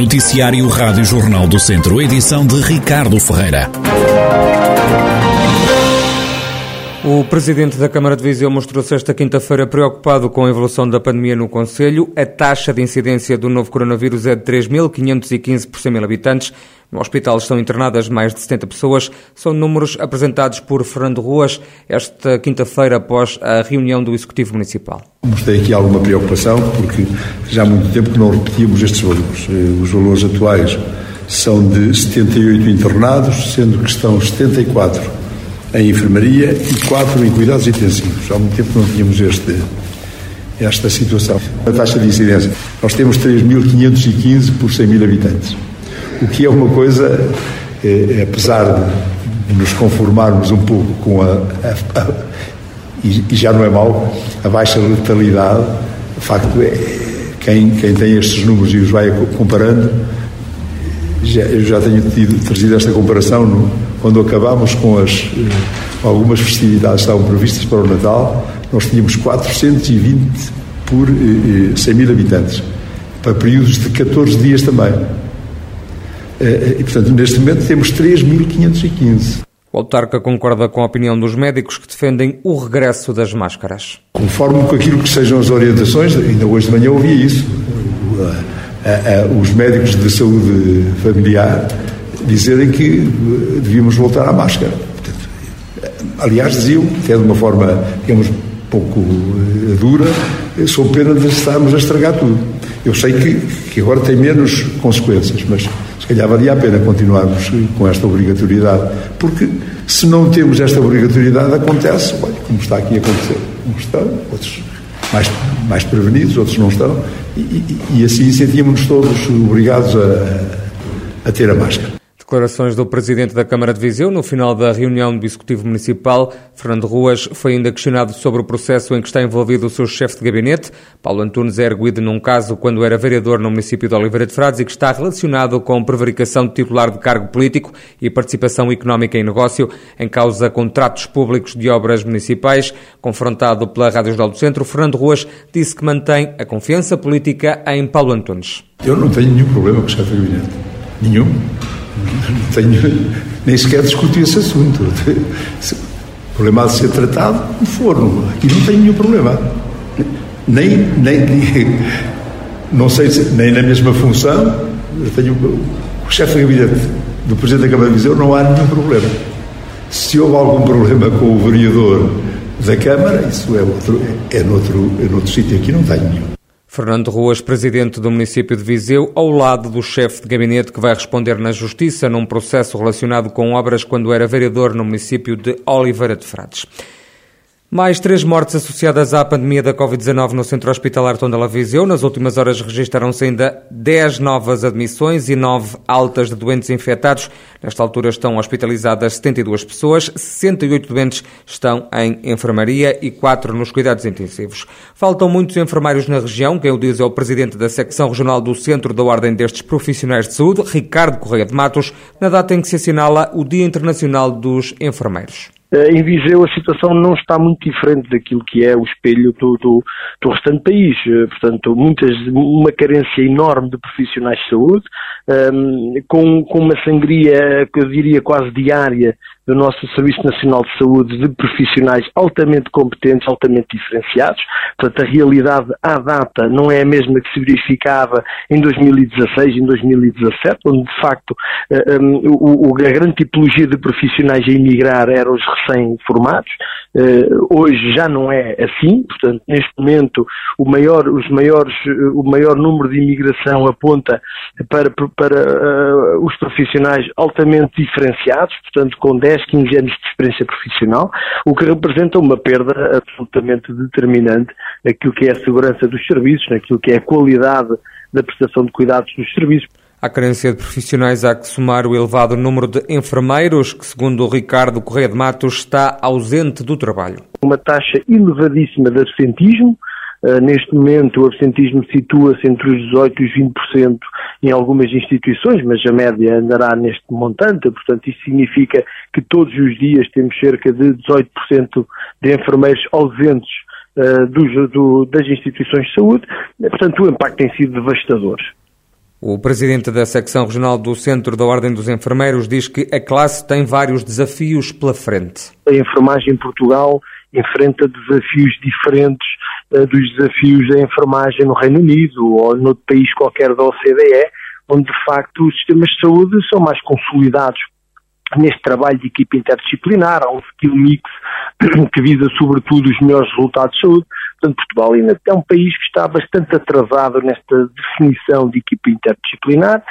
Noticiário Rádio Jornal do Centro, edição de Ricardo Ferreira. O Presidente da Câmara de Viseu mostrou-se esta quinta-feira preocupado com a evolução da pandemia no concelho. A taxa de incidência do novo coronavírus é de 3.515 por 100 mil habitantes. No hospital estão internadas mais de 70 pessoas. São números apresentados por Fernando Ruas esta quinta-feira após a reunião do Executivo Municipal. Mostrei aqui alguma preocupação porque já há muito tempo que não repetíamos estes valores. Os valores atuais são de 78 internados, sendo que estão 74 em enfermaria e 4 em cuidados intensivos. Há muito tempo que não tínhamos esta situação. A taxa de incidência, nós temos 3.515 por 100 mil habitantes, o que é uma coisa, apesar de nos conformarmos um pouco com e já não é mau, a baixa letalidade. De facto, quem tem estes números e os vai comparando, eu já tenho trazido esta comparação quando acabámos com algumas festividades que estavam previstas para o Natal. Nós tínhamos 420 por 100 mil habitantes, para períodos de 14 dias também. E, portanto, neste momento temos 3.515. O autarca concorda com a opinião dos médicos que defendem o regresso das máscaras. Conforme com aquilo que sejam as orientações, ainda hoje de manhã ouvi isso, os médicos de saúde familiar dizerem que devíamos voltar à máscara. Portanto, aliás, diziam, até de uma forma, digamos, pouco dura, sou pena de estarmos a estragar tudo. Eu sei que agora tem menos consequências, mas se calhar valia a pena continuarmos com esta obrigatoriedade, porque se não temos esta obrigatoriedade, acontece, olha, como está aqui a acontecer. Uns estão, outros mais prevenidos, outros não estão, e assim sentíamos-nos todos obrigados a ter a máscara. Declarações do Presidente da Câmara de Viseu no final da reunião do Executivo Municipal. Fernando Ruas foi ainda questionado sobre o processo em que está envolvido o seu chefe de gabinete. Paulo Antunes é arguido num caso quando era vereador no município de Oliveira de Frades e que está relacionado com prevaricação de titular de cargo político e participação económica em negócio, em causa contratos públicos de obras municipais. Confrontado pela Rádio Jornal do Centro, Fernando Ruas disse que mantém a confiança política em Paulo Antunes. Eu não tenho nenhum problema com o chefe de gabinete. Nenhum. Não tenho, nem sequer discuti esse assunto. O problema há de ser tratado no forno. Aqui não tenho nenhum problema. Não sei se, nem na mesma função. Eu tenho o chefe de gabinete do Presidente da Câmara de Viseu, não há nenhum problema. Se houve algum problema com o vereador da Câmara, isso é noutro sítio. Aqui não tenho nenhum. Fernando Ruas, Presidente do município de Viseu, ao lado do chefe de gabinete que vai responder na Justiça num processo relacionado com obras quando era vereador no município de Oliveira de Frades. Mais 3 mortes associadas à pandemia da Covid-19 no Centro Hospitalar Tondela Viseu. Nas últimas horas registaram-se ainda 10 novas admissões e 9 altas de doentes infectados. Nesta altura estão hospitalizadas 72 pessoas, 68 doentes estão em enfermaria e 4 nos cuidados intensivos. Faltam muitos enfermeiros na região, quem o diz é o Presidente da Secção Regional do Centro da Ordem destes Profissionais de Saúde, Ricardo Correia de Matos, na data em que se assinala o Dia Internacional dos Enfermeiros. Em Viseu a situação não está muito diferente daquilo que é o espelho do restante país. Portanto, uma carência enorme de profissionais de saúde, com uma sangria, que eu diria quase diária, do nosso Serviço Nacional de Saúde, de profissionais altamente competentes, altamente diferenciados. Portanto, a realidade à data não é a mesma que se verificava em 2016 e em 2017, onde de facto a grande tipologia de profissionais a emigrar eram os recém-formados. Hoje já não é assim, portanto, neste momento o maior número de imigração aponta para os profissionais altamente diferenciados, portanto, com 10, 15 anos de experiência profissional, o que representa uma perda absolutamente determinante naquilo que é a segurança dos serviços, naquilo que é a qualidade da prestação de cuidados dos serviços. À carência de profissionais há que somar o elevado número de enfermeiros, que, segundo o Ricardo Correia de Matos, está ausente do trabalho. Uma taxa elevadíssima de absentismo. Neste momento o absentismo situa-se entre os 18% e os 20% em algumas instituições, mas a média andará neste montante, portanto isso significa que todos os dias temos cerca de 18% de enfermeiros ausentes das instituições de saúde, portanto o impacto tem sido devastador. O presidente da secção regional do Centro da Ordem dos Enfermeiros diz que a classe tem vários desafios pela frente. A enfermagem em Portugal enfrenta desafios diferentes dos desafios da enfermagem no Reino Unido ou no país qualquer da OCDE, onde de facto os sistemas de saúde são mais consolidados neste trabalho de equipa interdisciplinar. Há um skill mix que visa sobretudo os melhores resultados de saúde. Portanto, Portugal ainda é um país que está bastante atrasado nesta definição de equipa interdisciplinar.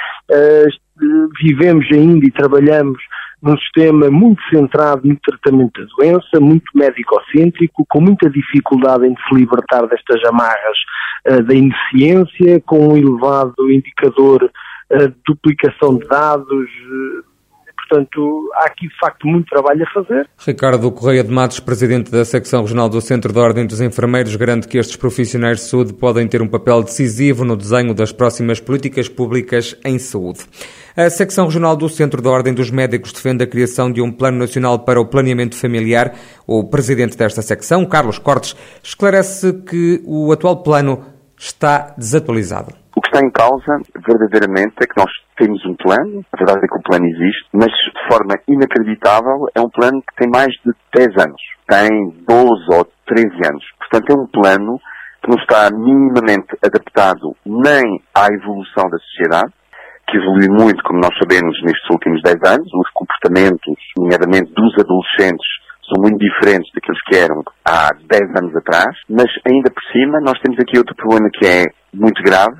Vivemos ainda e trabalhamos num sistema muito centrado no tratamento da doença, muito médico-cêntrico, com muita dificuldade em se libertar destas amarras da ineficiência, com um elevado indicador de duplicação de dados. Portanto, há aqui de facto muito trabalho a fazer. Ricardo Correia de Matos, presidente da secção regional do Centro da Ordem dos Enfermeiros, garante que estes profissionais de saúde podem ter um papel decisivo no desenho das próximas políticas públicas em saúde. A secção regional do Centro da Ordem dos Médicos defende a criação de um plano nacional para o planeamento familiar. O presidente desta secção, Carlos Cortes, esclarece que o atual plano está desatualizado. O que está em causa, verdadeiramente, é que nós temos um plano, a verdade é que o plano existe, mas de forma inacreditável é um plano que tem mais de 10 anos. Tem 12 ou 13 anos. Portanto, é um plano que não está minimamente adaptado nem à evolução da sociedade, que evoluiu muito, como nós sabemos, nestes últimos 10 anos. Os comportamentos, nomeadamente dos adolescentes, são muito diferentes daqueles que eram há 10 anos atrás, mas ainda por cima nós temos aqui outro problema que é muito grave.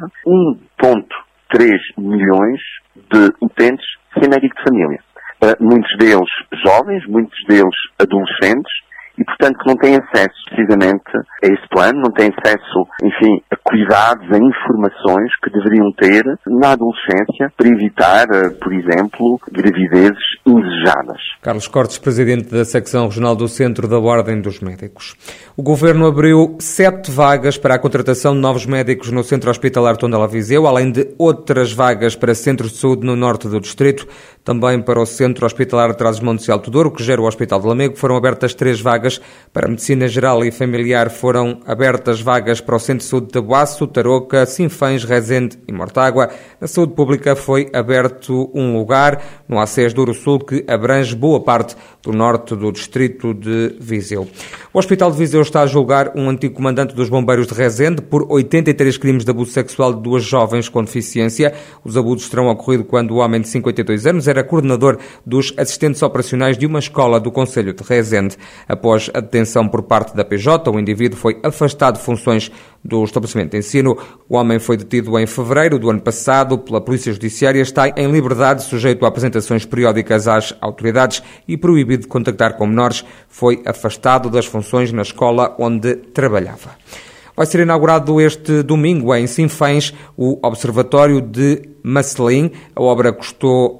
1,3 milhões de utentes sem médico de família. Muitos deles jovens, muitos deles adolescentes, e, portanto, que não têm acesso precisamente a esse plano, não têm acesso, enfim, a cuidados, a informações que deveriam ter na adolescência para evitar, por exemplo, gravidezes indesejadas. Carlos Cortes, presidente da secção regional do Centro da Ordem dos Médicos. O Governo abriu 7 vagas para a contratação de novos médicos no Centro Hospitalar Tondela-Viseu, além de outras vagas para centros de saúde no norte do distrito, também para o Centro Hospitalar de Trás-os-Montes e Alto Douro, que gera o Hospital de Lamego. Foram abertas 3 vagas. Para a Medicina Geral e Familiar foram abertas vagas para o Centro de Saúde de Tabuaço, Tarouca, Sinfãs, Rezende e Mortágua. Na Saúde Pública foi aberto um lugar no ACES Douro Sul que abrange boa parte do norte do distrito de Viseu. O Hospital de Viseu está a julgar um antigo comandante dos Bombeiros de Rezende por 83 crimes de abuso sexual de 2 jovens com deficiência. Os abusos terão ocorrido quando o homem de 52 anos era coordenador dos assistentes operacionais de uma escola do concelho de Rezende. Após a detenção por parte da PJ, o indivíduo foi afastado de funções do estabelecimento de ensino. O homem foi detido em fevereiro do ano passado pela Polícia Judiciária, está em liberdade, sujeito a apresentações periódicas às autoridades e proibido de contactar com menores. Foi afastado das funções na escola onde trabalhava. Vai ser inaugurado este domingo em Sinfãs o Observatório de Masselim. A obra custou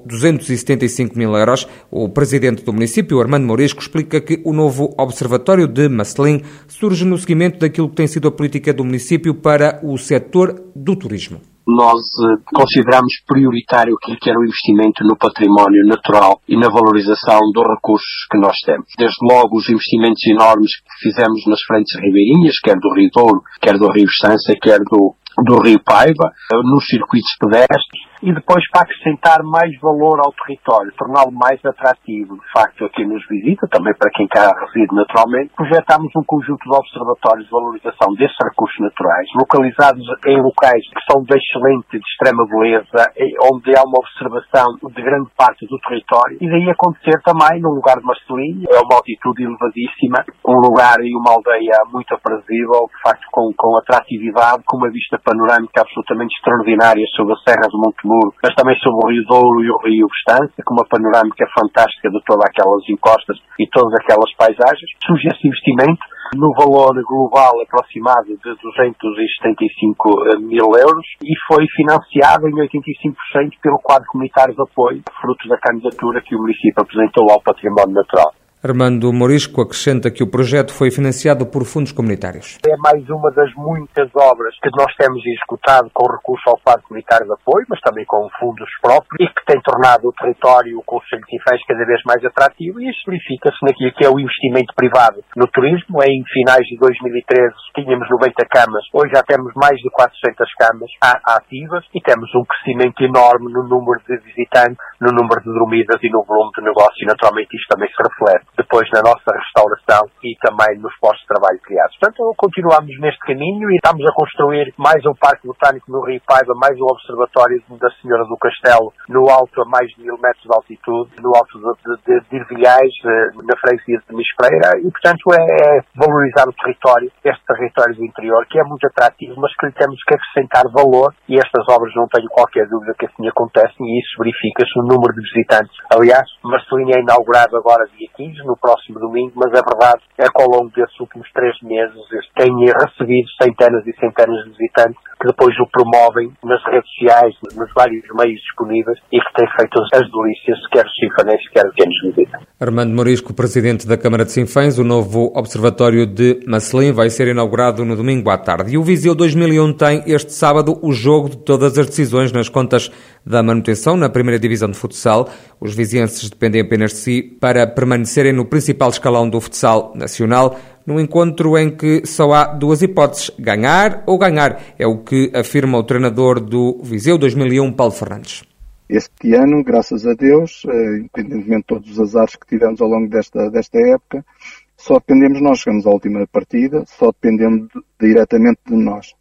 275 mil euros. O presidente do município, Armando Mourisco, explica que o novo Observatório de Masselim surge no seguimento daquilo que tem sido a política do município para o setor do turismo. Nós consideramos prioritário aquilo que era o investimento no património natural e na valorização dos recursos que nós temos. Desde logo os investimentos enormes que fizemos nas frentes ribeirinhas, quer do Rio Douro, quer do Rio Sança, quer do Rio Paiva, nos circuitos pedestres, e depois para acrescentar mais valor ao território, torná-lo mais atrativo, de facto, a quem nos visita, também para quem cá reside naturalmente, projetámos um conjunto de observatórios de valorização desses recursos naturais, localizados em locais que são de excelente, de extrema beleza, onde há uma observação de grande parte do território, e daí acontecer também num lugar de Marcelinho, é uma altitude elevadíssima, um lugar e uma aldeia muito aprazível, de facto com atratividade, com uma vista panorâmica absolutamente extraordinária sobre a Serra do Montemuro, mas também sobre o Rio Douro e o Rio Estância, com uma panorâmica fantástica de todas aquelas encostas e todas aquelas paisagens. Surge esse investimento no valor global aproximado de 275 mil euros e foi financiado em 85% pelo quadro comunitário de apoio, fruto da candidatura que o município apresentou ao património natural. Armando Morisco acrescenta que o projeto foi financiado por fundos comunitários. É mais uma das muitas obras que nós temos executado com recurso ao Plano Comunitário de Apoio, mas também com fundos próprios, e que tem tornado o território, o Concelho de Sinfãs, cada vez mais atrativo, e isso verifica-se naquilo que é o investimento privado no turismo. Em finais de 2013 tínhamos 90 camas, hoje já temos mais de 400 camas ativas e temos um crescimento enorme no número de visitantes, no número de dormidas e no volume de negócio, e naturalmente isto também se reflete depois na nossa restauração e também nos postos de trabalho criados. Portanto, continuamos neste caminho e estamos a construir mais um parque botânico no Rio Paiva, mais um observatório da Senhora do Castelo, no alto a mais de 1000 metros de altitude, no alto de Irvilhais, na freguesia de Mispereira, e portanto é valorizar o território, este território do interior, que é muito atrativo, mas que lhe temos que acrescentar valor, e estas obras não tenho qualquer dúvida que assim acontecem, e isso verifica-se no número de visitantes. Aliás, Marcelinha é inaugurado agora dia 15, no próximo domingo, mas a verdade é que ao longo desses últimos 3 meses tem recebido centenas e centenas de visitantes que depois o promovem nas redes sociais, nos vários meios disponíveis e que têm feito as delícias, quer os sinfanenses, quer quem nos visita. Armando Morisco, presidente da Câmara de Sinfãs, o novo observatório de Marcelim vai ser inaugurado no domingo à tarde. E o Viseu 2001 tem este sábado o jogo de todas as decisões nas contas da manutenção na primeira divisão de futsal. Os vizienses dependem apenas de si para permanecerem no principal escalão do futsal nacional, num encontro em que só há 2 hipóteses, ganhar ou ganhar. É o que afirma o treinador do Viseu 2001, Paulo Fernandes. Este ano, graças a Deus, independentemente de todos os azares que tivemos ao longo desta época, só dependemos nós, chegamos à última partida, só dependemos diretamente de nós.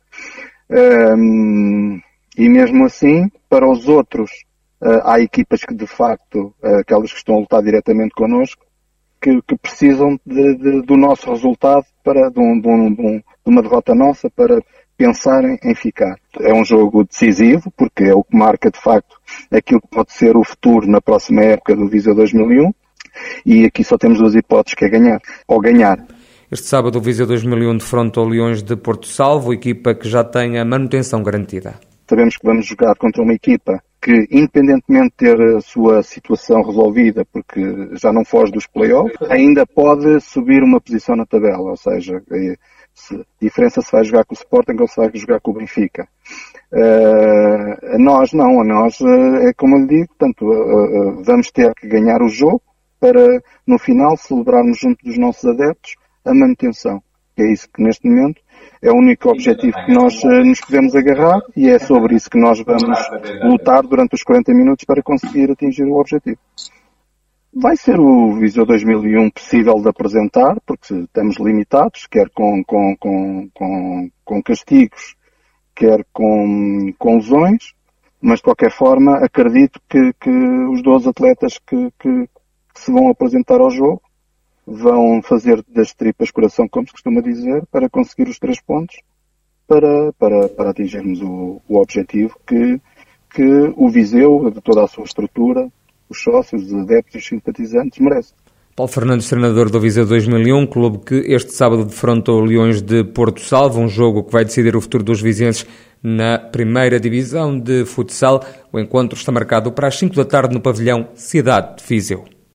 E mesmo assim, para os outros, há equipas que de facto, aquelas que estão a lutar diretamente connosco, que precisam do nosso resultado, de uma derrota nossa, para pensarem em ficar. É um jogo decisivo, porque é o que marca de facto aquilo que pode ser o futuro na próxima época do Viseu 2001, e aqui só temos 2 hipóteses, que é ganhar ou ganhar. Este sábado o Viseu 2001 defronta o Leões de Porto Salvo, equipa que já tem a manutenção garantida. Sabemos que vamos jogar contra uma equipa que, independentemente de ter a sua situação resolvida, porque já não foge dos play-offs, ainda pode subir uma posição na tabela, ou seja, a diferença se vai jogar com o Sporting ou se vai jogar com o Benfica. A nós é como eu lhe digo, portanto, vamos ter que ganhar o jogo para, no final, celebrarmos junto dos nossos adeptos a manutenção. É isso que neste momento é o único objetivo que nós nos podemos agarrar, e é sobre isso que nós vamos lutar durante os 40 minutos para conseguir atingir o objetivo. Vai ser o Viseu 2001 possível de apresentar, porque estamos limitados, quer com castigos, quer com lesões, mas de qualquer forma acredito que os 12 atletas que se vão apresentar ao jogo vão fazer das tripas coração, como se costuma dizer, para conseguir os 3 pontos, para atingirmos o objetivo que o Viseu, de toda a sua estrutura, os sócios, os adeptos e os simpatizantes merecem. Paulo Fernandes, treinador do Viseu 2001, clube que este sábado defronta o Leões de Porto Salvo, um jogo que vai decidir o futuro dos vizienses na primeira divisão de futsal. O encontro está marcado para as 5 da tarde no pavilhão Cidade de Viseu.